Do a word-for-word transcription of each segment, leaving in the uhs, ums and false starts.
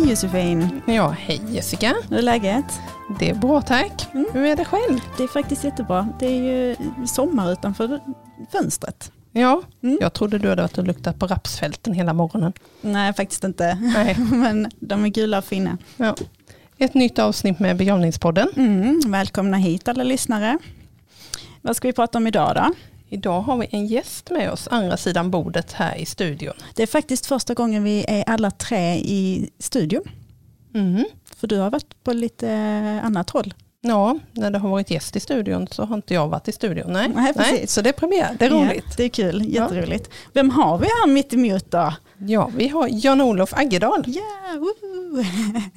Hej Josefin. Ja, hej Jessica. Hur är läget? Det är bra, tack. Mm. Hur är det själv? Det är faktiskt jättebra. Det är ju sommar utanför fönstret. Ja, mm. Jag trodde du hade varit och luktat på rapsfälten hela morgonen. Nej, faktiskt inte. Nej. Men de är gula och fina. Ja. Ett nytt avsnitt med Begravningspodden. Mm. Välkomna hit alla lyssnare. Vad ska vi prata om idag då? Idag har vi en gäst med oss, andra sidan bordet här i studion. Det är faktiskt första gången vi är alla tre i studion. Mm. För du har varit på lite annat håll. Ja, när det har varit gäst i studion så har inte jag varit i studion. Nej, Nej, Nej så det är premiär, det är roligt. Ja, det är kul, jätteroligt. Ja. Vem har vi här mitt emot då? Ja, vi har Jan-Olof Aggedal. Ja, woho!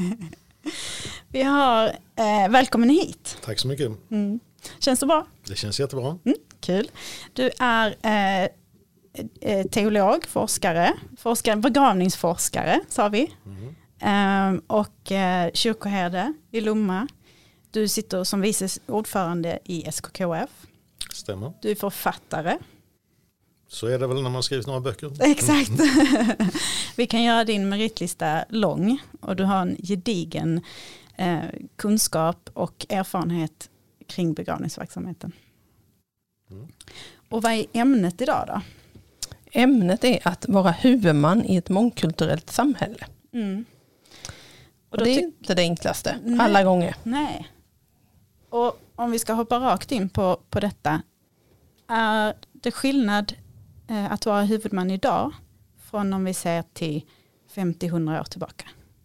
Vi har, eh, välkommen hit. Tack så mycket. Mm. Känns det bra? Det känns jättebra. Mm, kul. Du är eh, teolog, forskare, forskare, begravningsforskare sa vi. Mm. Eh, och eh, kyrkoherde i Lomma. Du sitter som vice ordförande i S K K F. Stämmer. Du är författare. Så är det väl när man skrivit några böcker. Exakt. Vi kan göra din meritlista lång. Och du har en gedigen eh, kunskap och erfarenhet kring begravningsverksamheten. Mm. Och vad är ämnet idag då? Ämnet är att vara huvudman i ett mångkulturellt samhälle. Mm. Och, och det är inte det enklaste nej, alla gånger. Nej. Och om vi ska hoppa rakt in på, på detta. Är det skillnad eh, att vara huvudman idag från om vi ser till femtio till hundra år tillbaka?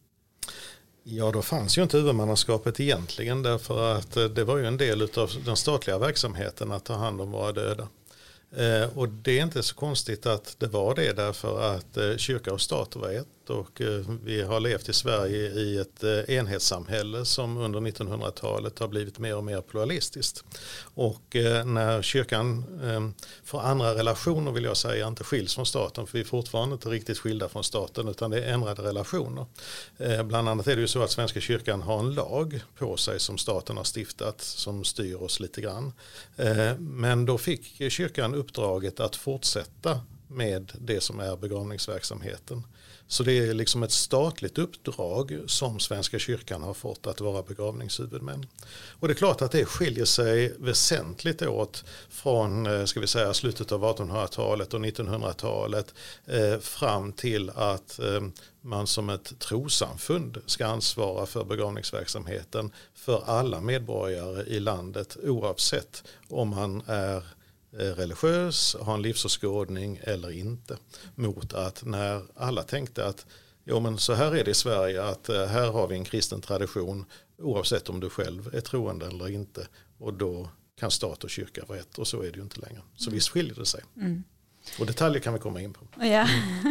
Ja, då fanns ju inte huvudmannaskapet egentligen därför att det var ju en del av den statliga verksamheten att ta hand om våra döda. Eh, och det är inte så konstigt att det var det därför att eh, kyrka och stat var ett och eh, vi har levt i Sverige i ett eh, enhetssamhälle som under nittonhundratalet har blivit mer och mer pluralistiskt. Och eh, när kyrkan eh, får andra relationer vill jag säga inte skiljs från staten för vi är fortfarande inte riktigt skilda från staten utan det är ändrade relationer. Eh, bland annat är det ju så att Svenska kyrkan har en lag på sig som staten har stiftat som styr oss lite grann. Eh, men då fick kyrkan uppdraget att fortsätta med det som är begravningsverksamheten. Så det är liksom ett statligt uppdrag som Svenska kyrkan har fått att vara begravningshuvudmän. Och det är klart att det skiljer sig väsentligt åt från ska vi säga, slutet av artonhundratalet och nittonhundratalet eh, fram till att eh, man som ett trossamfund ska ansvara för begravningsverksamheten för alla medborgare i landet oavsett om man är religiös, har en livsåskådning eller inte. Mot att när alla tänkte att jo, men så här är det i Sverige att här har vi en kristen tradition oavsett om du själv är troende eller inte och då kan stat och kyrka vara ett och så är det ju inte längre. Så visst skiljer det sig. Mm. Och detaljer kan vi komma in på. Ja.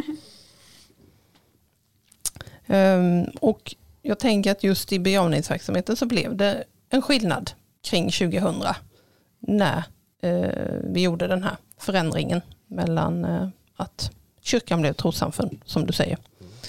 um, och jag tänker att just i begravningsverksamheten så blev det en skillnad kring tjugohundra när vi gjorde den här förändringen mellan att kyrkan blev trossamfund, som du säger.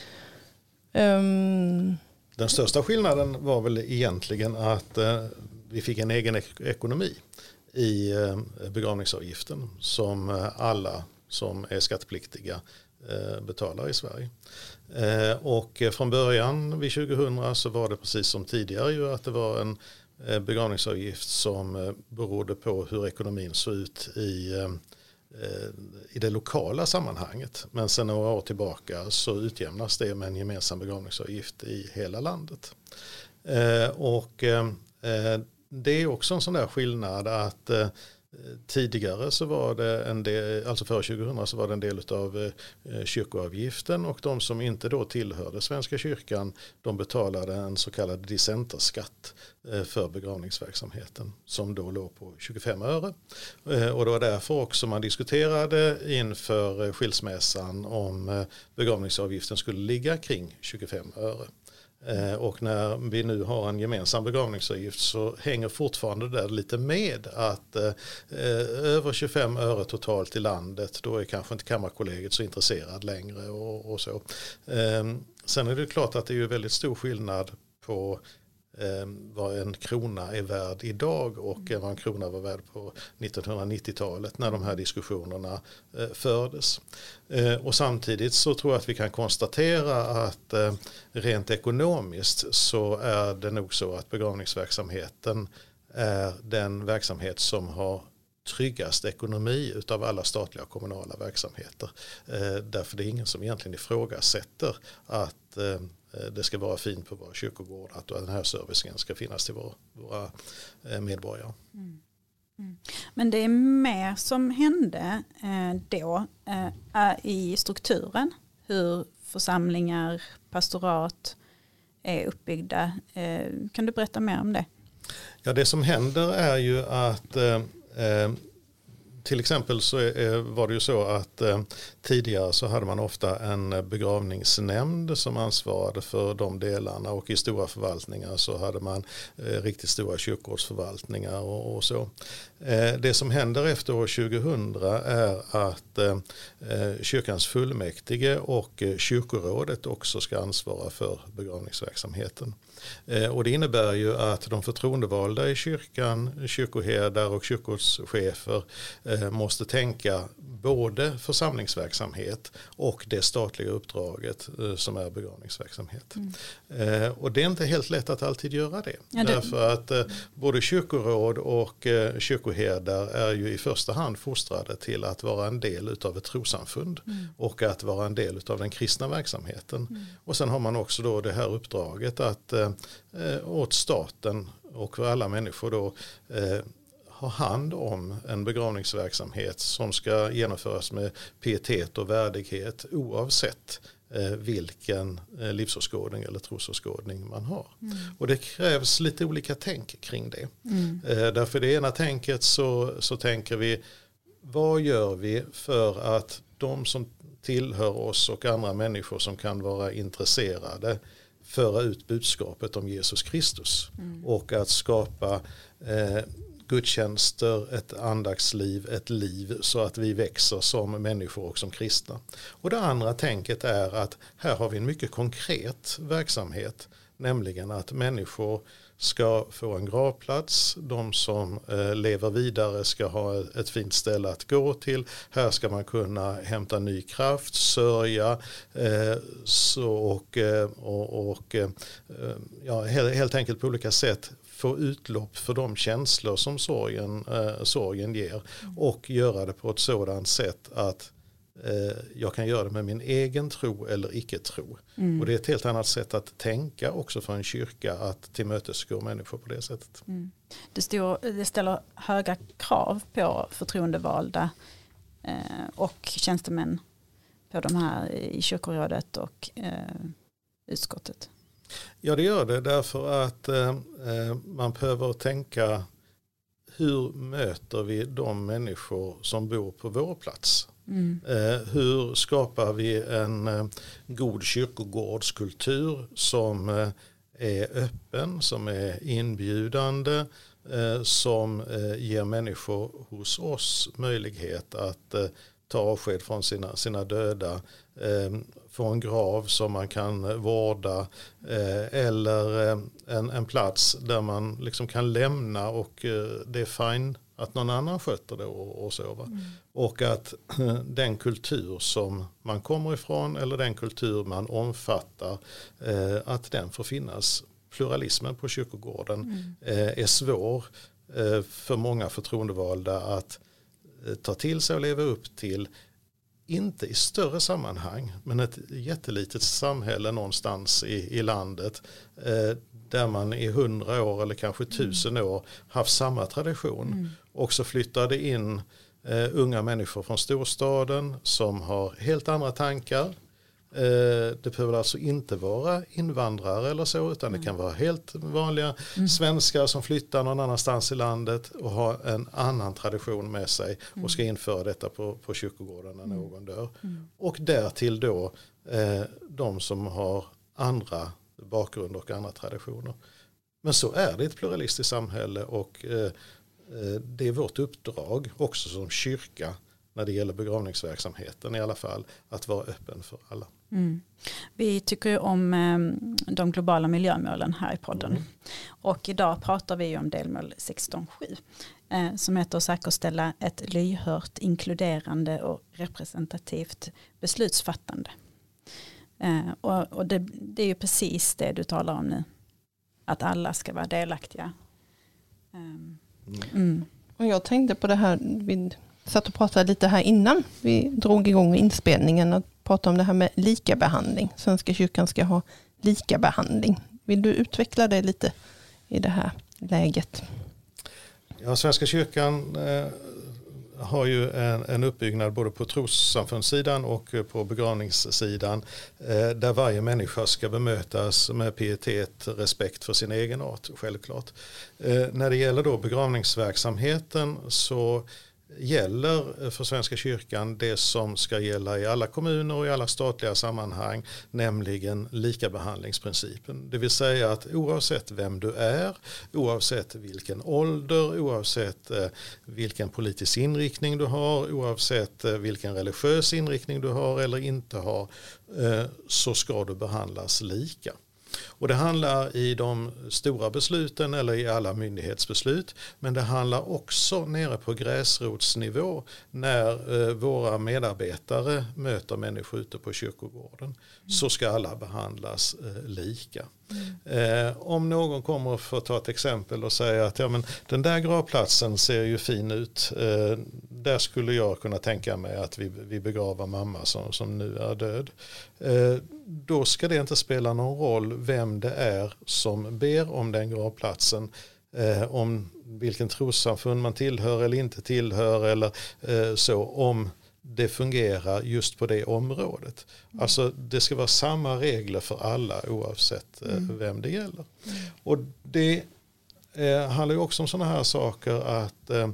Mm. Den största skillnaden var väl egentligen att vi fick en egen ekonomi i begravningsavgiften som alla som är skattepliktiga betalar i Sverige. Och från början vid tjugohundra så var det precis som tidigare ju att det var en begravningsavgift som berodde på hur ekonomin såg ut i, i det lokala sammanhanget. Men sen några år tillbaka så utjämnas det med en gemensam begravningsavgift i hela landet. Och det är också en sån där skillnad att tidigare så var det en del, alltså före tjugohundra så var det en del av kyrkoavgiften och de som inte då tillhörde Svenska kyrkan de betalade en så kallad dissenterskatt för begravningsverksamheten som då låg på tjugofem öre. Och det var därför också man diskuterade inför skilsmässan om begravningsavgiften skulle ligga kring tjugofem öre. Och när vi nu har en gemensam begravningsavgift så hänger fortfarande det där lite med att eh, över tjugofem öre totalt i landet då är kanske inte Kammarkollegiet så intresserad längre och, och så. Eh, sen är det klart att det är ju väldigt stor skillnad på eh, vad en krona är värd idag och vad en krona var värd på nittonhundranittiotalet när de här diskussionerna eh, fördes. Eh, och samtidigt så tror jag att vi kan konstatera att eh, rent ekonomiskt så är det nog så att begravningsverksamheten är den verksamhet som har tryggast ekonomi utav alla statliga och kommunala verksamheter. Eh, därför det är ingen som egentligen ifrågasätter att eh, det ska vara fint på våra kyrkogårdar, att den här servicen ska finnas till våra, våra eh, medborgare. Mm. Mm. Men det är mer som hände eh, då eh, i strukturen, hur församlingar, pastorat är uppbyggda. Eh, kan du berätta mer om det? Ja, det som händer är ju att eh, Eh, till exempel så är, var det ju så att eh, tidigare så hade man ofta en begravningsnämnd som ansvarade för de delarna, och i stora förvaltningar så hade man eh, riktigt stora kyrkogårdsförvaltningar och, och så. Eh, det som händer efter år tjugohundra är att eh, kyrkans fullmäktige och eh, kyrkorådet också ska ansvara för begravningsverksamheten. Eh, och det innebär ju att de förtroendevalda i kyrkan, kyrkoherdar och kyrkochefer eh, måste tänka både församlingsverksamhet och det statliga uppdraget eh, som är begravningsverksamhet. Mm. Eh, och det är inte helt lätt att alltid göra det. Ja, det... Därför att eh, både kyrkoråd och eh, kyrkoherdar är ju i första hand fostrade till att vara en del av ett trossamfund mm. och att vara en del av den kristna verksamheten. Mm. Och sen har man också då det här uppdraget att eh, åt staten och för alla människor då eh, ha hand om en begravningsverksamhet som ska genomföras med pietet och värdighet oavsett eh, vilken eh, livsåskådning eller trosåskådning man har. Mm. Och det krävs lite olika tänk kring det. Mm. Eh, därför det ena tänket så, så tänker vi, vad gör vi för att de som tillhör oss och andra människor som kan vara intresserade föra ut budskapet om Jesus Kristus mm. och att skapa eh, gudstjänster, ett andaktsliv, ett liv så att vi växer som människor och som kristna. Och det andra tänket är att här har vi en mycket konkret verksamhet, nämligen att människor ska få en gravplats, de som eh, lever vidare ska ha ett fint ställe att gå till, här ska man kunna hämta ny kraft, sörja eh, så och, och, och eh, ja, helt, helt enkelt på olika sätt få utlopp för de känslor som sorgen, eh, sorgen ger och göra det på ett sådant sätt att jag kan göra det med min egen tro eller icke-tro. Mm. Och det är ett helt annat sätt att tänka också för en kyrka att tillmötesgå människor på det sättet. Mm. Det, står, det ställer höga krav på förtroendevalda eh, och tjänstemän på de här i kyrkorådet och eh, utskottet. Ja, det gör det därför att eh, man behöver tänka, hur möter vi de människor som bor på vår plats? Mm. Eh, hur skapar vi en eh, god kyrkogårdskultur som eh, är öppen, som är inbjudande, eh, som eh, ger människor hos oss möjlighet att eh, ta avsked från sina, sina döda, eh, få en grav som man kan vårda eh, eller eh, en, en plats där man liksom kan lämna och eh, det är fine att någon annan sköter det och, och så. Va? Mm. Och att eh, den kultur som man kommer ifrån eller den kultur man omfattar, eh, att den får finnas. Pluralismen på kyrkogården mm. eh, är svår eh, för många förtroendevalda att eh, ta till sig och leva upp till. Inte i större sammanhang, men ett jättelitet samhälle någonstans i, i landet eh, där man i hundra år eller kanske tusen år haft samma tradition. Mm. Och så flyttade in eh, unga människor från storstaden som har helt andra tankar. Eh, det behöver alltså inte vara invandrare eller så, utan mm. det kan vara helt vanliga mm. svenskar som flyttar någon annanstans i landet och har en annan tradition med sig mm. och ska införa detta på, på kyrkogården när mm. någon dör. Mm. Och därtill då eh, de som har andra bakgrund och andra traditioner. Men så är det ett pluralistiskt samhälle och eh, det är vårt uppdrag också som kyrka när det gäller begravningsverksamheten i alla fall, att vara öppen för alla. Mm. Vi tycker ju om eh, de globala miljömålen här i podden. Mm. Och idag pratar vi om delmål sexton punkt sju eh, som heter att säkerställa ett lyhört, inkluderande och representativt beslutsfattande. Eh, och och det, det är ju precis det du talar om nu. Att alla ska vara delaktiga. Um, mm. Och jag tänkte på det här, vi satt och pratade lite här innan vi drog igång inspelningen och pratade om det här med lika behandling. Svenska kyrkan ska ha lika behandling. Vill du utveckla det lite i det här läget? Ja, Svenska kyrkan eh, har ju en, en uppbyggnad både på trossamfundssidan och på begravningssidan eh, där varje människa ska bemötas med pietet, respekt för sin egen art, självklart. Eh, när det gäller då begravningsverksamheten så gäller för Svenska kyrkan det som ska gälla i alla kommuner och i alla statliga sammanhang, nämligen likabehandlingsprincipen. Det vill säga att oavsett vem du är, oavsett vilken ålder, oavsett eh, vilken politisk inriktning du har, oavsett eh, vilken religiös inriktning du har eller inte har, eh, så ska du behandlas lika. Och det handlar i de stora besluten eller i alla myndighetsbeslut, men det handlar också nere på gräsrotsnivå när eh, våra medarbetare möter människor ute på kyrkogården. Mm. Så ska alla behandlas eh, lika. Mm. Eh, om någon kommer för att ta ett exempel och säga att ja, men den där gravplatsen ser ju fin ut, eh, där skulle jag kunna tänka mig att vi, vi begravar mamma som, som nu är död. Eh, då ska det inte spela någon roll vem det är som ber om den gravplatsen, eh, om vilken trossamfund man tillhör eller inte tillhör eller eh, så, om det fungerar just på det området. Mm. Alltså det ska vara samma regler för alla oavsett eh, mm. vem det gäller. Mm. Och det eh, handlar ju också om sådana här saker att eh,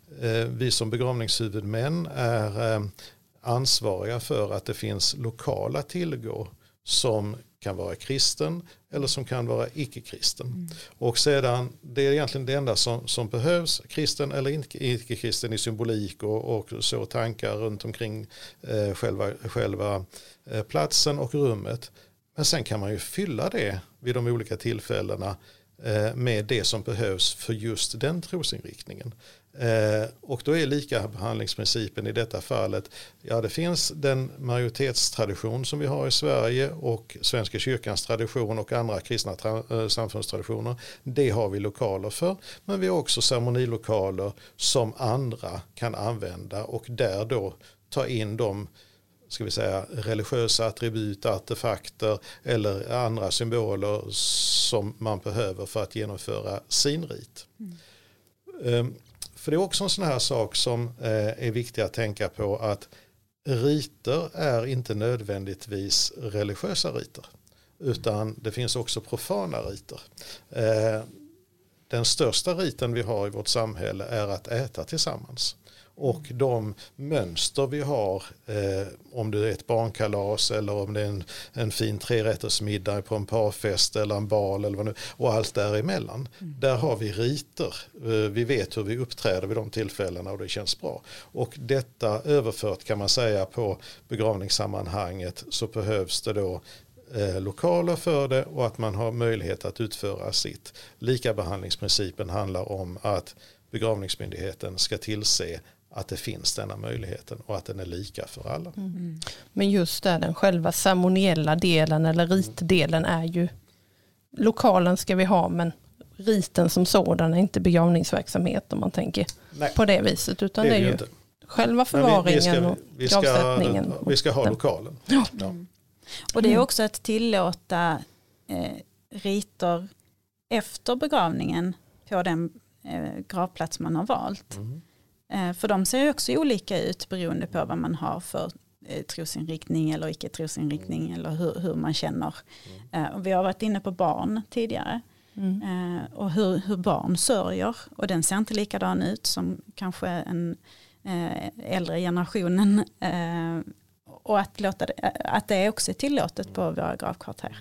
vi som begravningshuvudmän är eh, ansvariga för att det finns lokala tillgång som kan vara kristen eller som kan vara icke-kristen. Mm. Och sedan, det är egentligen det enda som, som behövs, kristen eller icke-kristen i symbolik och, och så tankar runt omkring eh, själva, själva eh, platsen och rummet. Men sen kan man ju fylla det vid de olika tillfällena eh, med det som behövs för just den trosinriktningen. Eh, och då är lika behandlingsprincipen i detta fallet, ja det finns den majoritetstradition som vi har i Sverige och Svenska kyrkans tradition och andra kristna tra- äh, samfundstraditioner, det har vi lokaler för, men vi har också ceremonilokaler som andra kan använda och där då ta in de, ska vi säga, religiösa attribut, artefakter eller andra symboler som man behöver för att genomföra sin rit. Mm. Um, För det är också en sån här sak som eh, är viktig att tänka på, att riter är inte nödvändigtvis religiösa riter, utan det finns också profana riter. Eh, den största riten vi har i vårt samhälle är att äta tillsammans. Och de mönster vi har, eh, om det är ett barnkalas eller om det är en, en fin trerättersmiddag på en parfest eller en bal eller vad nu, och allt däremellan. Mm. Där har vi riter. Eh, vi vet hur vi uppträder vid de tillfällena och det känns bra. Och detta överfört kan man säga på begravningssammanhanget, så behövs det då eh, lokaler för det och att man har möjlighet att utföra sitt. Likabehandlingsprincipen handlar om att begravningsmyndigheten ska tillse att det finns denna möjligheten och att den är lika för alla. Mm. Men just där, den själva ceremoniella delen eller ritdelen är ju, lokalen ska vi ha, men riten som sådan är inte begravningsverksamhet om man tänker Nej. på det viset, utan det är, det är ju inte. Själva förvaringen vi, vi ska, och gravsättningen. Vi ska, vi ska ha lokalen. Ja. Ja. Och det är också att tillåta eh, riter efter begravningen på den eh, gravplats man har valt. Mm. För de ser ju också olika ut beroende på vad man har för trosinriktning eller icke trosinriktning eller hur, hur man känner. Mm. Och vi har varit inne på barn tidigare mm. och hur, hur barn sörjer, och den ser inte likadan ut som kanske en äldre generationen, och att, låta det, att det är också tillåtet på våra gravkvarter.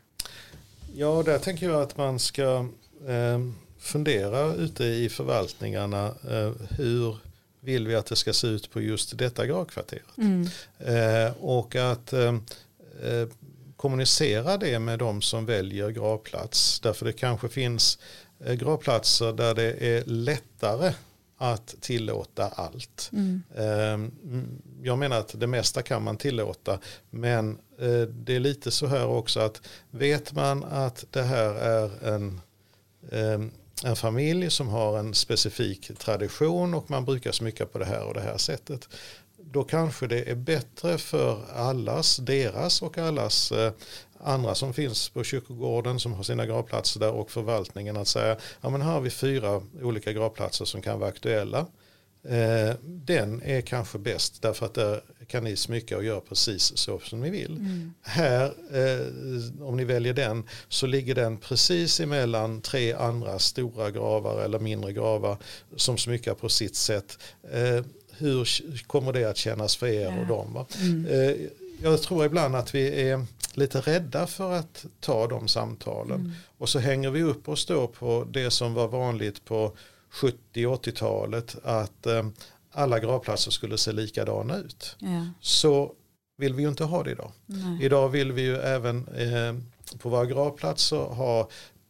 Ja, där tänker jag att man ska eh, fundera ute i förvaltningarna, eh, hur vill vi att det ska se ut på just detta gravkvarteret. Mm. Eh, och att eh, eh, kommunicera det med de som väljer gravplats. Därför det kanske finns eh, gravplatser där det är lättare att tillåta allt. Mm. Eh, jag menar att det mesta kan man tillåta, men eh, det är lite så här också att vet man att det här är en eh, en familj som har en specifik tradition och man brukar smycka på det här och det här sättet, då kanske det är bättre för allas, deras och allas eh, andra som finns på kyrkogården som har sina gravplatser där och förvaltningen att säga, ja men här har vi fyra olika gravplatser som kan vara aktuella. Eh, den är kanske bäst därför att där kan ni smycka och göra precis så som ni vill. Mm. Här, eh, om ni väljer den, så ligger den precis emellan tre andra stora gravar eller mindre gravar som smyckar på sitt sätt. Eh, hur kommer det att kännas för er och dem? Va? Mm. Eh, jag tror ibland att vi är lite rädda för att ta de samtalen. Mm. Och så hänger vi upp oss då på det som var vanligt på sjuttio- och åttiotalet, att eh, alla gravplatser skulle se likadana ut. Ja. Så vill vi ju inte ha det idag. Nej. Idag vill vi ju även eh, på våra gravplatser ha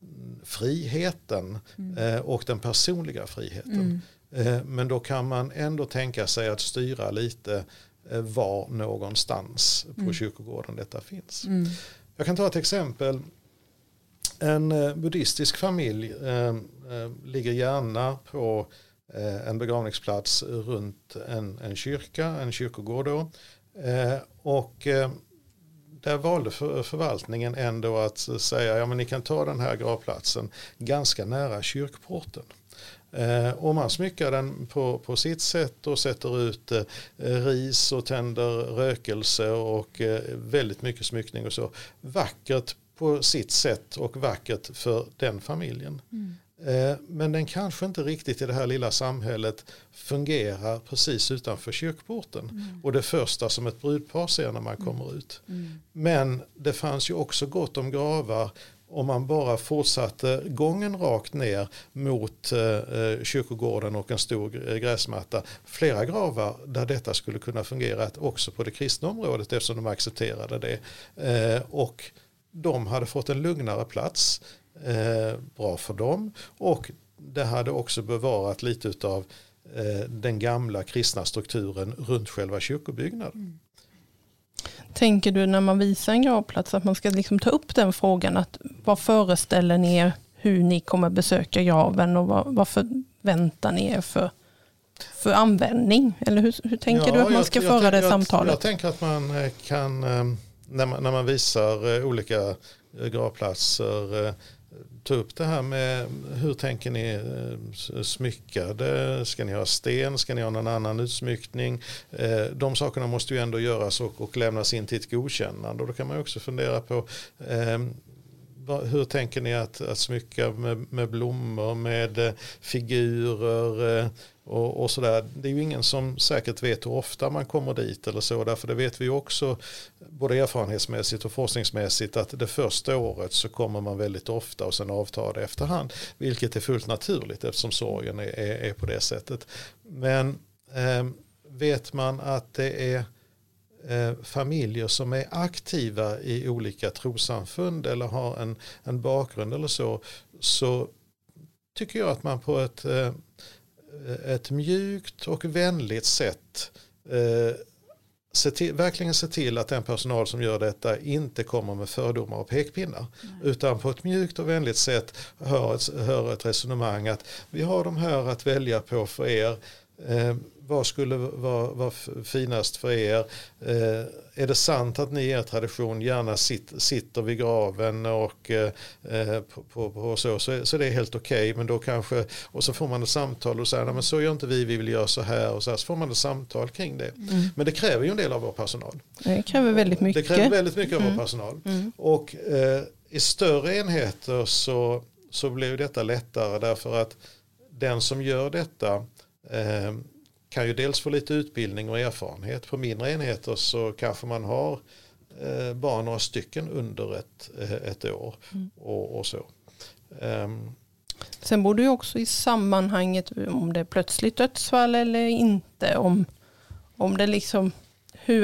friheten mm. eh, och den personliga friheten. Mm. Eh, men då kan man ändå tänka sig att styra lite eh, var någonstans på mm. kyrkogården detta finns. Mm. Jag kan ta ett exempel. En eh, buddhistisk familj eh, eh, ligger gärna på eh, en begravningsplats runt en, en kyrka, en kyrkogård då. Eh, och eh, där valde för, förvaltningen ändå att säga, ja men ni kan ta den här gravplatsen ganska nära kyrkporten. Eh, och man smyckar den på, på sitt sätt och sätter ut eh, ris och tänder rökelse och eh, väldigt mycket smyckning och så. Vackert på sitt sätt och vackert för den familjen. Mm. Eh, men den kanske inte riktigt i det här lilla samhället fungerar precis utanför kyrkporten. Mm. Och det första som ett brudpar ser när man kommer mm. ut. Mm. Men det fanns ju också gott om gravar om man bara fortsatte gången rakt ner mot eh, kyrkogården och en stor gräsmatta. Flera gravar där detta skulle kunna fungera också på det kristna området eftersom de accepterade det. Eh, och de hade fått en lugnare plats, eh, bra för dem, och det hade också bevarat lite av eh, den gamla kristna strukturen runt själva kyrkobyggnaden. Mm. Tänker du när man visar en gravplats att man ska liksom ta upp den frågan, att vad föreställer ni er hur ni kommer besöka graven och vad, vad förväntar ni er för, för användning? Eller hur, hur tänker ja, du att man ska jag, föra jag, det jag, samtalet? Jag tänker att man kan, när man, när man visar olika gravplatser, ta upp det här med hur tänker ni smyckade? Ska ni ha sten? Ska ni ha någon annan utsmyckning? De sakerna måste ju ändå göras och, och lämnas in till ett godkännande. Och då kan man ju också fundera på eh, hur tänker ni att, att smycka med, med blommor, med figurer eh, och, och sådär. Det är ju ingen som säkert vet hur ofta man kommer dit eller så. Därför det vet vi också både erfarenhetsmässigt och forskningsmässigt att det första året så kommer man väldigt ofta och sen avtar det efterhand. Vilket är fullt naturligt eftersom sorgen är, är, är på det sättet. Men eh, vet man att det är eh, familjer som är aktiva i olika trossamfund eller har en, en bakgrund eller så, så tycker jag att man på ett eh, ett mjukt och vänligt sätt eh, se till, verkligen se till att den personal som gör detta inte kommer med fördomar och pekpinnar. Mm. Utan på ett mjukt och vänligt sätt hör ett, hör ett resonemang att vi har de här att välja på för er. Eh, vad skulle vara, vara finast för er? Eh, är det sant att ni i er tradition gärna sitter, sitter vid graven och eh, på, på, på så, så, så det är helt okej, okay, men då kanske, och så får man ett samtal och säger, men så gör inte vi, vi vill göra så här och så här, så får man ett samtal kring det. Mm. Men det kräver ju en del av vår personal. Det kräver väldigt mycket. Det kräver väldigt mycket mm. av vår personal. Mm. Och eh, i större enheter så, så blir ju detta lättare därför att den som gör detta eh, kan ju dels få lite utbildning och erfarenhet. På mindre enheter så kanske man har eh, bara några stycken under ett, ett år mm. och, och så. Um. Sen borde ju också i sammanhanget om det är plötsligt dödsfall eller inte, om, om det liksom, hur är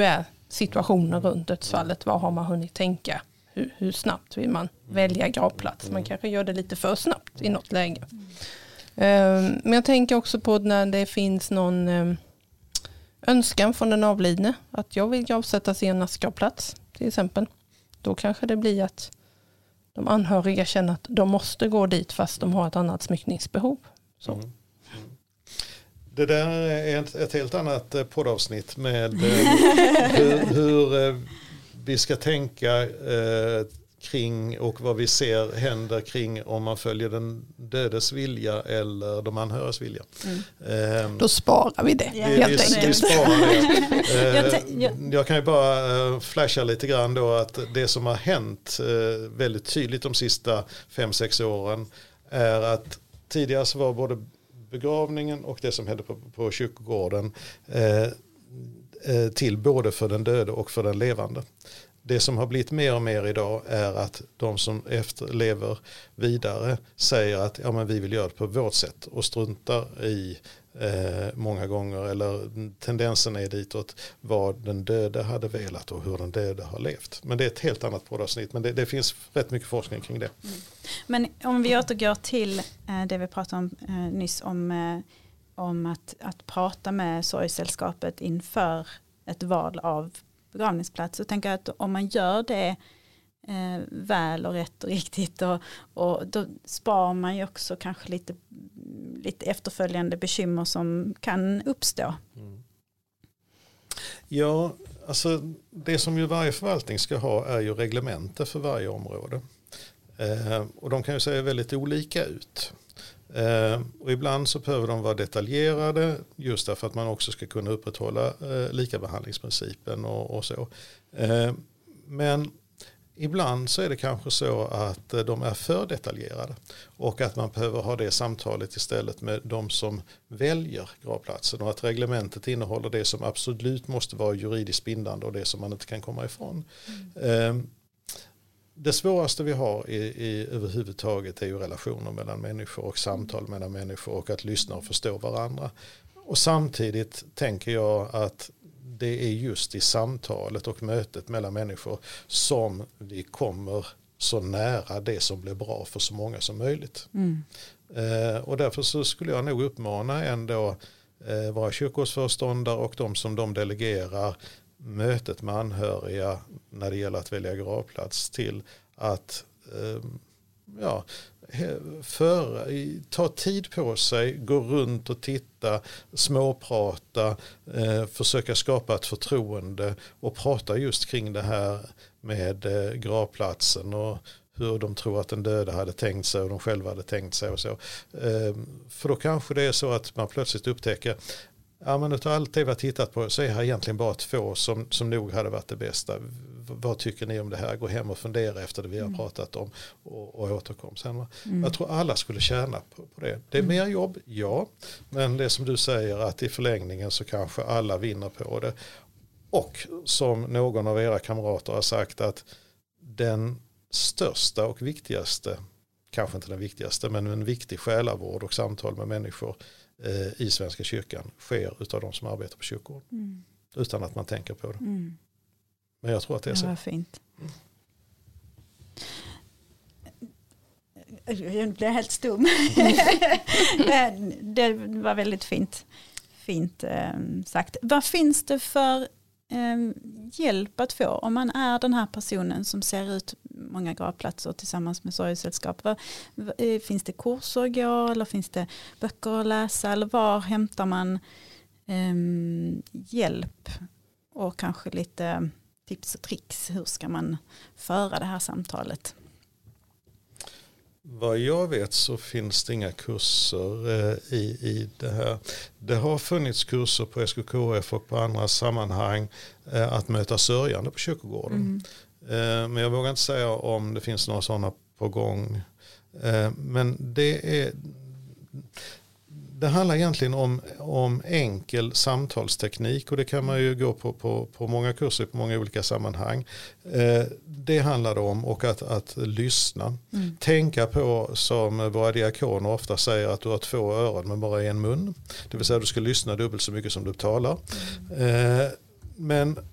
situationer runt dödsfallet. Vad har man hunnit tänka? Hur, hur snabbt vill man välja gravplats? Man kanske gör det lite för snabbt i något läge. Mm. Men jag tänker också på när det finns någon um, önskan från den avlidne att jag vill gravsättas i en nattgravplats till exempel. Då kanske det blir att de anhöriga känner att de måste gå dit fast de har ett annat smyckningsbehov. Så. Mm. Det där är ett, ett helt annat poddavsnitt med hur, hur vi ska tänka eh, kring och vad vi ser händer kring om man följer den dödes vilja eller de anhörigas vilja. Mm. Eh, Då sparar vi det. Vi, vi, vi sparar det. Eh, jag kan ju bara flasha lite grann då att det som har hänt eh, väldigt tydligt de sista fem sex åren är att tidigare så var både begravningen och det som hände på, på kyrkogården eh, eh, till både för den döde och för den levande. Det som har blivit mer och mer idag är att de som efterlever vidare säger att ja, men vi vill göra det på vårt sätt och struntar i eh, många gånger eller tendensen är ditåt vad den döde hade velat och hur den döde har levt. Men det är ett helt annat poddavsnitt, men det, det finns rätt mycket forskning kring det. Mm. Men om vi återgår till eh, det vi pratade om eh, nyss om, eh, om att, att prata med sorgsällskapet inför ett val av begravningsplats. Så tänker jag att om man gör det eh, väl och rätt och riktigt och, och då sparar man ju också kanske lite, lite efterföljande bekymmer som kan uppstå. Mm. Ja, alltså det som ju varje förvaltning ska ha är ju reglementer för varje område. Eh, och de kan ju se väldigt olika ut. Eh, och ibland så behöver de vara detaljerade just därför att man också ska kunna upprätthålla eh, likabehandlingsprincipen och, och så. Eh, men ibland så är det kanske så att eh, de är för detaljerade och att man behöver ha det samtalet istället med de som väljer gravplatsen och att reglementet innehåller det som absolut måste vara juridiskt bindande och det som man inte kan komma ifrån. Mm. Eh, Det svåraste vi har i, i överhuvudtaget är ju relationer mellan människor och samtal mellan människor och att lyssna och förstå varandra. Och samtidigt tänker jag att det är just i samtalet och mötet mellan människor som vi kommer så nära det som blir bra för så många som möjligt. Mm. Eh, och därför så skulle jag nog uppmana ändå eh, våra kyrkogårdsföreståndare och de som de delegerar mötet med anhöriga när det gäller att välja gravplats till att eh, ja, för, ta tid på sig, gå runt och titta, småprata, eh, försöka skapa ett förtroende och prata just kring det här med eh, gravplatsen och hur de tror att den döda hade tänkt sig och de själva hade tänkt sig och så. Eh, för då kanske det är så att man plötsligt upptäcker ja, men utav allt det vi har tittat på så är här egentligen bara två som, som nog hade varit det bästa. V- vad tycker ni om det här? Gå hem och fundera efter det vi har mm. pratat om och, och återkom sen. Mm. Jag tror alla skulle tjäna på, på det. Det är mm. mer jobb, ja. Men det som du säger att i förlängningen så kanske alla vinner på det. Och som någon av era kamrater har sagt att den största och viktigaste, kanske inte den viktigaste, men en viktig själavård och samtal med människor i Svenska kyrkan sker utav de som arbetar på kyrkogården. Mm. Utan att man tänker på det. Mm. Men jag tror att det är så. Det var fint. Jag blev helt stum. Det var väldigt fint, fint eh, sagt. Vad finns det för eh, hjälp att få om man är den här personen som ser ut många gravplatser tillsammans med sorgsällskap? Vad, vad, finns det kurser att gå eller finns det böcker att läsa eller var hämtar man eh, hjälp och kanske lite tips och tricks? Hur ska man föra det här samtalet? Vad jag vet så finns det inga kurser eh, i, i det här. Det har funnits kurser på S K K F och på andra sammanhang eh, att möta sörjande på kyrkogården. Mm. Eh, men jag vågar inte säga om det finns några sådana på gång. Eh, men det är... Det handlar egentligen om, om enkel samtalsteknik och det kan man ju gå på, på, på många kurser på många olika sammanhang. Eh, det handlar om och att, att lyssna. Mm. Tänka på som våra diakoner ofta säger att du har två öron men bara en mun. Det vill säga att du ska lyssna dubbelt så mycket som du talar. Mm. Eh, men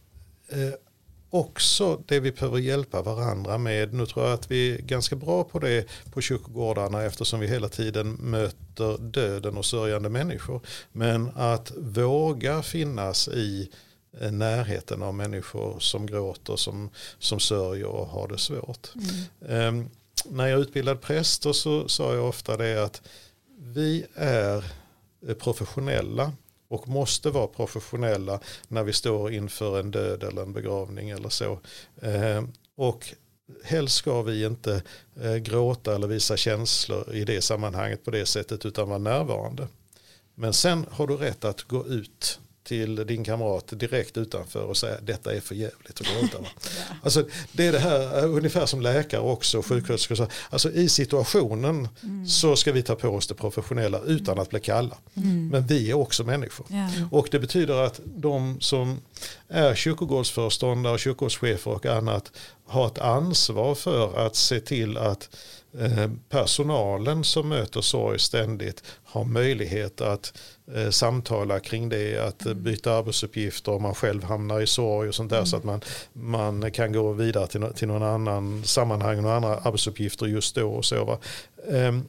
eh, också det vi behöver hjälpa varandra med. Nu tror jag att vi är ganska bra på det på kyrkogårdarna eftersom vi hela tiden möter döden och sörjande människor. Men att våga finnas i närheten av människor som gråter, som, som sörjer och har det svårt. Mm. Um, när jag utbildade präster så sa jag ofta det att vi är professionella och måste vara professionella när vi står inför en död eller en begravning eller så. Um, och helst ska vi inte uh, gråta eller visa känslor i det sammanhanget på det sättet utan vara närvarande. Men sen har du rätt att gå ut till din kamrat direkt utanför och säga detta är för jävligt att gråta. Va? Ja. Alltså, det är det här ungefär som läkare också, sjuksköterskor. Alltså i situationen mm. så ska vi ta på oss det professionella utan att bli kalla. Mm. Men vi är också människor. Ja. Och det betyder att de som är kyrkogårdsföreståndare, kyrkogårdschefer och annat har ett ansvar för att se till att personalen som möter sorg ständigt har möjlighet att eh, samtala kring det, att mm. byta arbetsuppgifter om man själv hamnar i sorg och sånt där mm. så att man, man kan gå vidare till, till någon annan sammanhang och andra arbetsuppgifter just då och så. Va? Eh,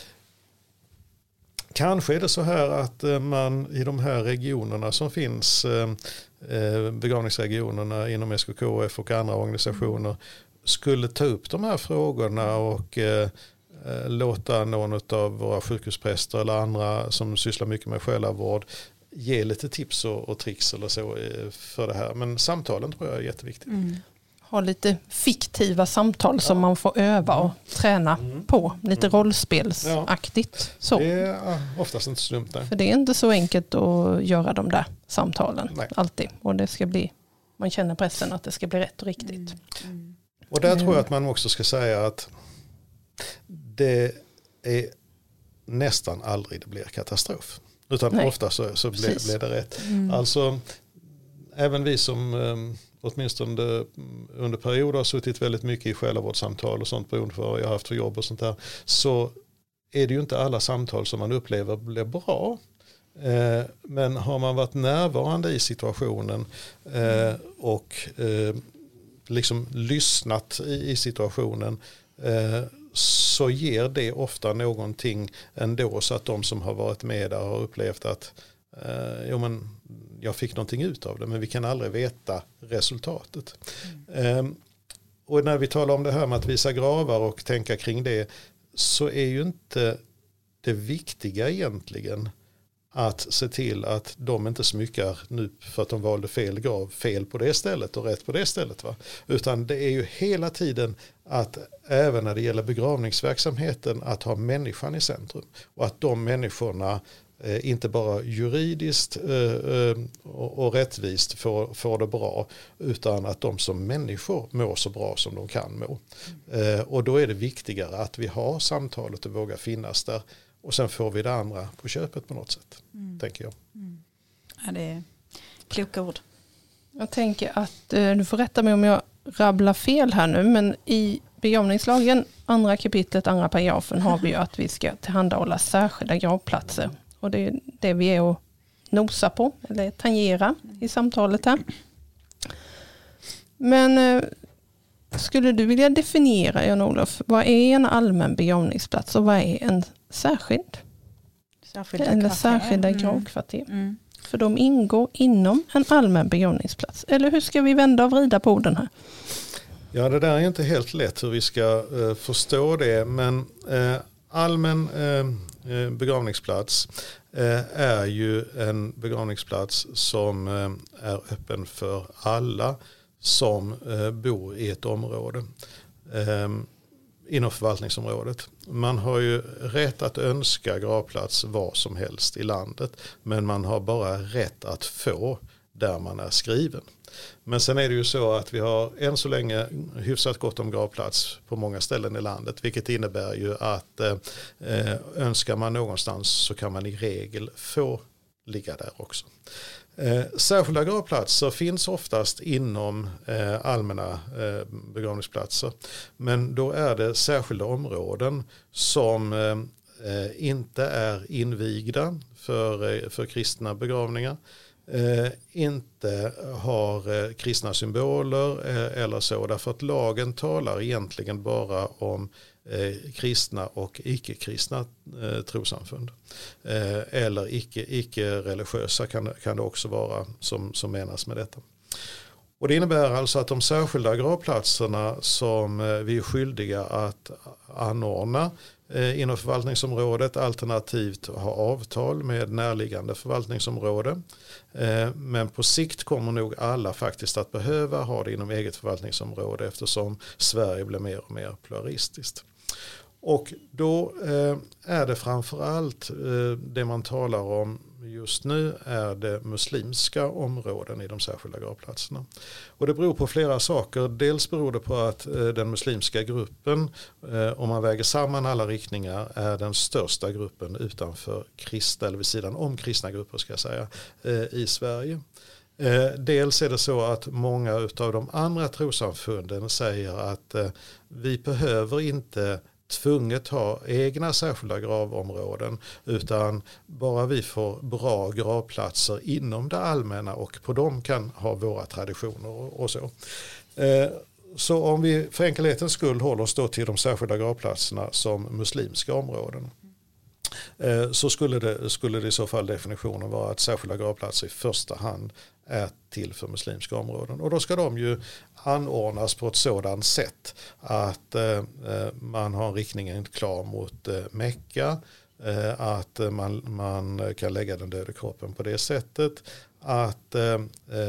kanske är det så här att eh, man i de här regionerna som finns, eh, begravningsregionerna inom S K K F och andra organisationer skulle ta upp de här frågorna och eh, låta någon av våra sjukhuspräster eller andra som sysslar mycket med själavård ge lite tips och, och tricks eller så för det här. Men samtalen tror jag är jätteviktigt. Mm. Ha lite fiktiva samtal ja. Som man får öva och träna mm. på. Lite mm. rollspelsaktigt. Så. Det är oftast inte slumt. Nej. För det är inte så enkelt att göra de där samtalen. Nej. Alltid. Och det ska bli, man känner pressen att det ska bli rätt och riktigt. Mm. Mm. Och där tror jag att man också ska säga att det är nästan aldrig det blir katastrof. Utan Nej. Ofta så, så blir, blir det rätt. Mm. Alltså även vi som um, åtminstone under perioder har suttit väldigt mycket i själavårdssamtal och sånt beroende på vad jag har haft för jobb och sånt där, så är det ju inte alla samtal som man upplever blir bra. Eh, men har man varit närvarande i situationen eh, och eh, liksom lyssnat i, i situationen eh, så ger det ofta någonting ändå så att de som har varit med där har upplevt att eh, jo, men jag fick någonting ut av det, men vi kan aldrig veta resultatet. Mm. Eh, och när vi talar om det här med att visa gravar och tänka kring det, så är ju inte det viktiga egentligen att se till att de inte smyckar nu för att de valde fel grav, fel på det stället och rätt på det stället. Va? Utan det är ju hela tiden att även när det gäller begravningsverksamheten att ha människan i centrum. Och att de människorna eh, inte bara juridiskt eh, och, och rättvist får, får det bra, utan att de som människor mår så bra som de kan må. Eh, och då är det viktigare att vi har samtalet och vågar finnas där. Och sen får vi det andra på köpet på något sätt, mm. tänker jag. Mm. Ja, det är kloka ord. Jag tänker att, eh, du får rätta mig om jag rabblar fel här nu, men i begravningslagen, andra kapitlet, andra paragrafen, har vi ju att vi ska tillhandahålla särskilda gravplatser. Och det är det vi är att nosa på, eller tangera i samtalet här. Men eh, skulle du vilja definiera, Jan-Olof, vad är en allmän begravningsplats och vad är en särskild? Särskilda Eller kvarter. särskilda Mm. gravkvarter. Mm. För de ingår inom en allmän begravningsplats. Eller hur ska vi vända och vrida på orden här? Ja, det där är inte helt lätt hur vi ska uh, förstå det. Men uh, allmän uh, begravningsplats uh, är ju en begravningsplats som uh, är öppen för alla som uh, bor i ett område. Uh, inom förvaltningsområdet. Man har ju rätt att önska gravplats var som helst i landet, men man har bara rätt att få där man är skriven. Men sen är det ju så att vi har än så länge hyfsat gott om gravplats på många ställen i landet, vilket innebär ju att eh, önskar man någonstans så kan man i regel få ligga där också. Eh, särskilda gravplatser finns oftast inom eh, allmänna eh, begravningsplatser, men då är det särskilda områden som eh, inte är invigda för, för kristna begravningar. eh, inte har eh, kristna symboler eh, eller så. Därför att lagen talar egentligen bara om eh, kristna och icke-kristna eh, trossamfund. Eh, eller icke, icke-religiösa kan, kan det också vara som, som menas med detta. Och det innebär alltså att de särskilda gravplatserna som vi är skyldiga att anordna inom förvaltningsområdet alternativt ha avtal med närliggande förvaltningsområde. Men på sikt kommer nog alla faktiskt att behöva ha det inom eget förvaltningsområde eftersom Sverige blir mer och mer pluralistiskt. Och då är det framförallt det man talar om just nu är det muslimska områden i de särskilda gravplatserna. Och det beror på flera saker. Dels beror det på att den muslimska gruppen, om man väger samman alla riktningar, är den största gruppen utanför kristna, eller vid sidan om kristna grupper ska jag säga, i Sverige. Dels är det så att många av de andra trossamfunden säger att vi behöver inte tvunget ha egna särskilda gravområden utan bara vi får bra gravplatser inom det allmänna och på dem kan ha våra traditioner och, och så. Eh, så om vi för enkelhetens skull håller oss då till de särskilda gravplatserna som muslimska områden eh, så skulle det, skulle det i så fall definitionen vara att särskilda gravplatser i första hand är till för muslimska områden. Och då ska de ju anordnas på ett sådant sätt att eh, man har riktningen klar mot eh, Mecka, eh, att man, man kan lägga den döda kroppen på det sättet, att eh,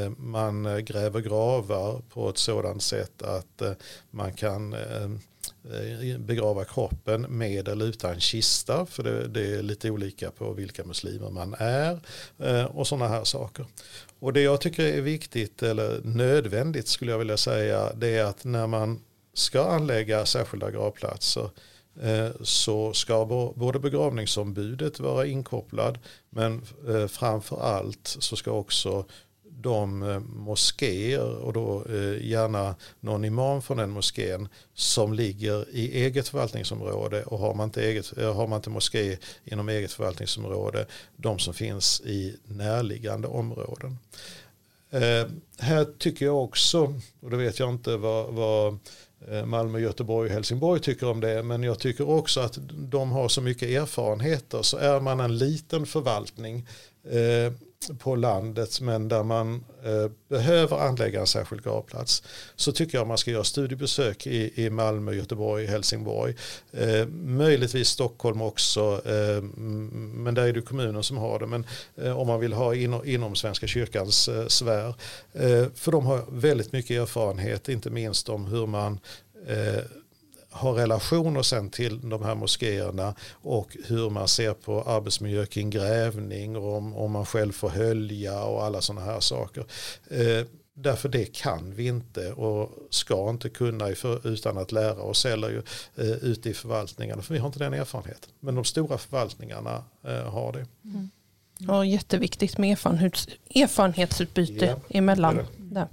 man gräver gravar på ett sådant sätt att eh, man kan eh, begrava kroppen med eller utan kista, för det, det är lite olika på vilka muslimer man är eh, och sådana här saker. Och det jag tycker är viktigt eller nödvändigt skulle jag vilja säga, det är att när man ska anlägga särskilda gravplatser eh, så ska både begravningsombudet vara inkopplad, men eh, framför allt så ska också de eh, moskéer och då eh, gärna någon imam från den moskén som ligger i eget förvaltningsområde, och har man inte, eget, har man inte moské inom eget förvaltningsområde, de som finns i närliggande områden. Eh, här tycker jag också, och det vet jag inte vad, vad Malmö, Göteborg och Helsingborg tycker om det, men jag tycker också att de har så mycket erfarenheter, så är man en liten förvaltning eh, på landet men där man eh, behöver anlägga en särskild gravplats, så tycker jag man ska göra studiebesök i, i Malmö, Göteborg, Helsingborg, eh, möjligtvis Stockholm också, eh, men där är det kommunen som har det, men eh, om man vill ha in, inom Svenska kyrkans eh, sfär, eh, för de har väldigt mycket erfarenhet, inte minst om hur man eh, har relationer sen till de här moskéerna och hur man ser på arbetsmiljö kring grävning och om, om man själv får hölja och alla sådana här saker. Eh, därför det kan vi inte och ska inte kunna för, utan att lära oss eller ju, eh, ute i förvaltningarna, för vi har inte den erfarenheten. Men de stora förvaltningarna eh, har det. Mm. Ja, jätteviktigt med erfarenhets, erfarenhetsutbyte ja, emellan. Där.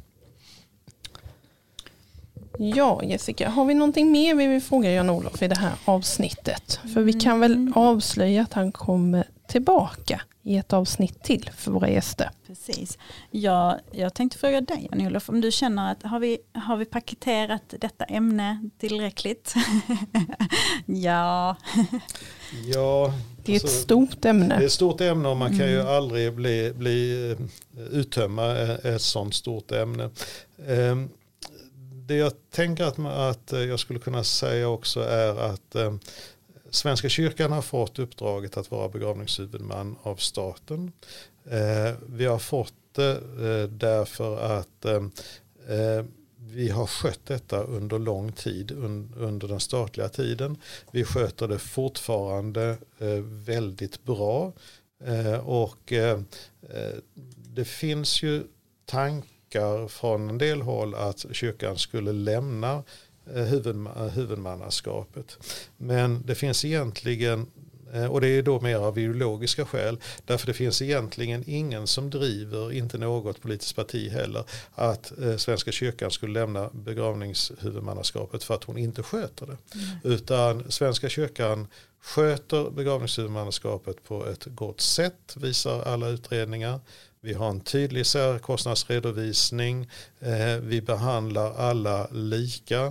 Ja, Jessica, har vi någonting mer vi vill fråga Jan-Olof i det här avsnittet? För vi kan väl avslöja att han kommer tillbaka i ett avsnitt till för våra gäster. Precis. Ja, jag tänkte fråga dig Jan-Olof, om du känner att har vi, har vi paketerat detta ämne tillräckligt? ja. ja. Det är ett alltså, stort ämne. Det är ett stort ämne och man kan mm. ju aldrig bli, bli uttömma ett sådant stort ämne. Um, Det jag tänker att, att jag skulle kunna säga också är att eh, Svenska kyrkan har fått uppdraget att vara begravningshuvudman av staten. Eh, vi har fått det eh, därför att eh, vi har skött detta under lång tid, un, under den statliga tiden. Vi sköter det fortfarande eh, väldigt bra eh, och eh, det finns ju tankar från en del håll att kyrkan skulle lämna huvudma- huvudmannaskapet. Men det finns egentligen, och det är då mer av ideologiska skäl, därför det finns egentligen ingen som driver, inte något politiskt parti heller, att Svenska kyrkan skulle lämna begravningshuvudmannaskapet för att hon inte sköter det. Mm. Utan Svenska kyrkan sköter begravningshuvudmannaskapet på ett gott sätt, visar alla utredningar. Vi har en tydlig särkostnadsredovisning. Vi behandlar alla lika.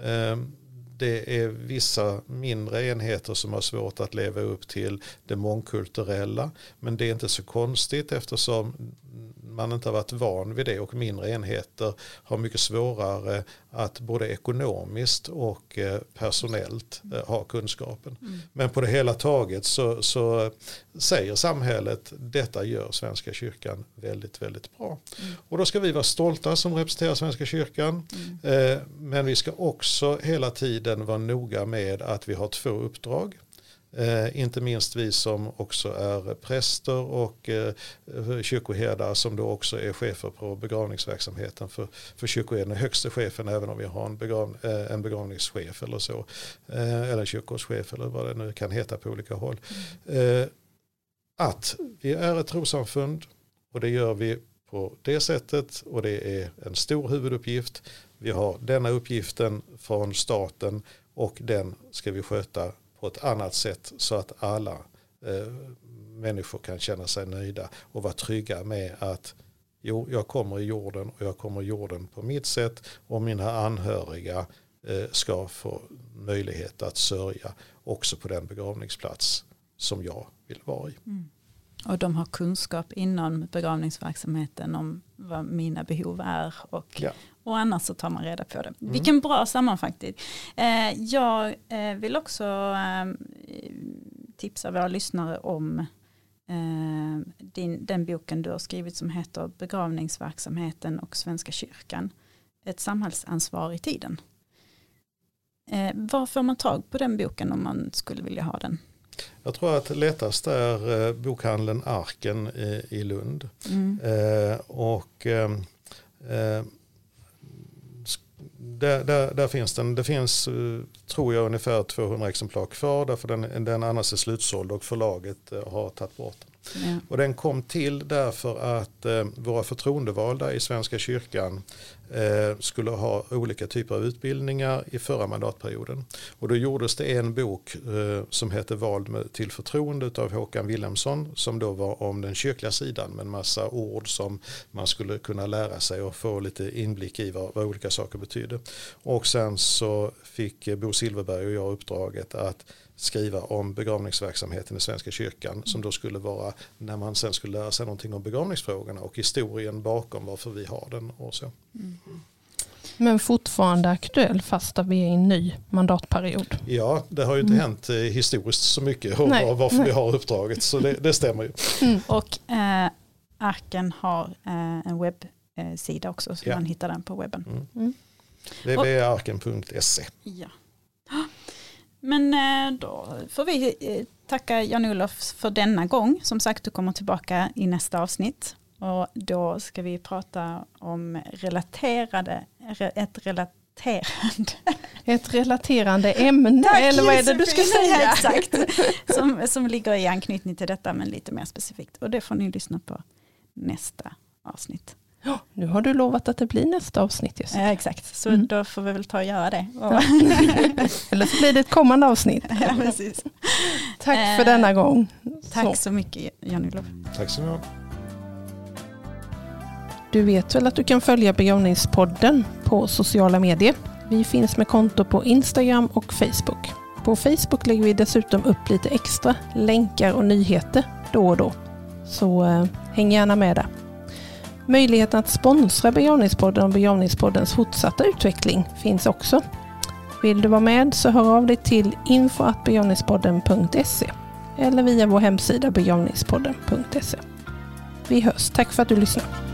Det är vissa mindre enheter som har svårt att leva upp till det mångkulturella. Men det är inte så konstigt eftersom man inte har varit van vid det och mindre enheter har mycket svårare att både ekonomiskt och personellt ha kunskapen. Mm. Men på det hela taget så, så säger samhället detta gör Svenska kyrkan väldigt, väldigt bra. Mm. Och då ska vi vara stolta som representerar Svenska kyrkan. Mm. Eh, men vi ska också hela tiden vara noga med att vi har två uppdrag. Eh, inte minst vi som också är präster och eh, kyrkoherdar som då också är chefer på begravningsverksamheten. För, för kyrkoherden är högsta chefen även om vi har en, begrav, eh, en begravningschef eller så. Eh, eller kyrkochef eller vad det nu kan heta på olika håll. Eh, att vi är ett trossamfund och det gör vi på det sättet och det är en stor huvuduppgift. Vi har denna uppgiften från staten och den ska vi sköta på ett annat sätt så att alla eh, människor kan känna sig nöjda och vara trygga med att jo, jag kommer i jorden och jag kommer i jorden på mitt sätt och mina anhöriga eh, ska få möjlighet att sörja också på den begravningsplats som jag vill vara i. Mm. Och de har kunskap inom begravningsverksamheten om vad mina behov är och, ja. och annars så tar man reda på det. Mm. Vilken bra sammanfattning. Eh, jag eh, vill också eh, tipsa våra lyssnare om eh, din, den boken du har skrivit som heter Begravningsverksamheten och Svenska kyrkan. Ett samhällsansvar i tiden. Eh, var får man tag på den boken om man skulle vilja ha den? Jag tror att lättast är eh, bokhandeln Arken i, i Lund. Mm. Eh, och eh, där, där, där finns den. Det finns, eh, tror jag, ungefär tvåhundra exemplar kvar därför den, den annars är slutsåld och förlaget eh, har tagit bort den. Ja. Och den kom till därför att eh, våra förtroendevalda i Svenska kyrkan eh, skulle ha olika typer av utbildningar i förra mandatperioden. Och då gjordes det en bok eh, som heter Vald med, till förtroende av Håkan Wilhelmsson som då var om den kyrkliga sidan med en massa ord som man skulle kunna lära sig och få lite inblick i vad, vad olika saker betyder. Och sen så fick Bo Silverberg och jag uppdraget att skriva om begravningsverksamheten i Svenska kyrkan som då skulle vara när man sen skulle lära sig någonting om begravningsfrågorna och historien bakom varför vi har den och så. Mm. Men fortfarande aktuell fast vi är i en ny mandatperiod. Ja, det har ju inte mm. hänt eh, historiskt så mycket om nej, varför nej. vi har uppdraget så det, det stämmer ju. Mm. Och eh, Arken har eh, en webbsida också så ja. man hittar den på webben. Mm. Mm. w w w punkt arken punkt se. Ja. Men då får vi tacka Jan-Olof för denna gång. Som sagt, du kommer tillbaka i nästa avsnitt. Och då ska vi prata om relaterade, ett relaterande... Ett relaterande ämne, tack, eller vad är det du ska säga? Exakt, som, som ligger i anknytning till detta men lite mer specifikt. Och det får ni lyssna på nästa avsnitt. Ja, nu har du lovat att det blir nästa avsnitt. Just. Ja, exakt, så mm. då får vi väl ta och göra det. Ja. Eller så blir det ett kommande avsnitt. Ja, precis. Tack för eh, denna gång. Tack så, så mycket, Jan-Olof. Tack så mycket. Du vet väl att du kan följa Begravningspodden på sociala medier. Vi finns med konto på Instagram och Facebook. På Facebook lägger vi dessutom upp lite extra länkar och nyheter då och då. Så eh, häng gärna med där. Möjligheten att sponsra Begravningspodden och Begravningspoddens fortsatta utveckling finns också. Vill du vara med så hör av dig till info at begravningspodden punkt se eller via vår hemsida begravningspodden punkt se. Vi hörs. Tack för att du lyssnar.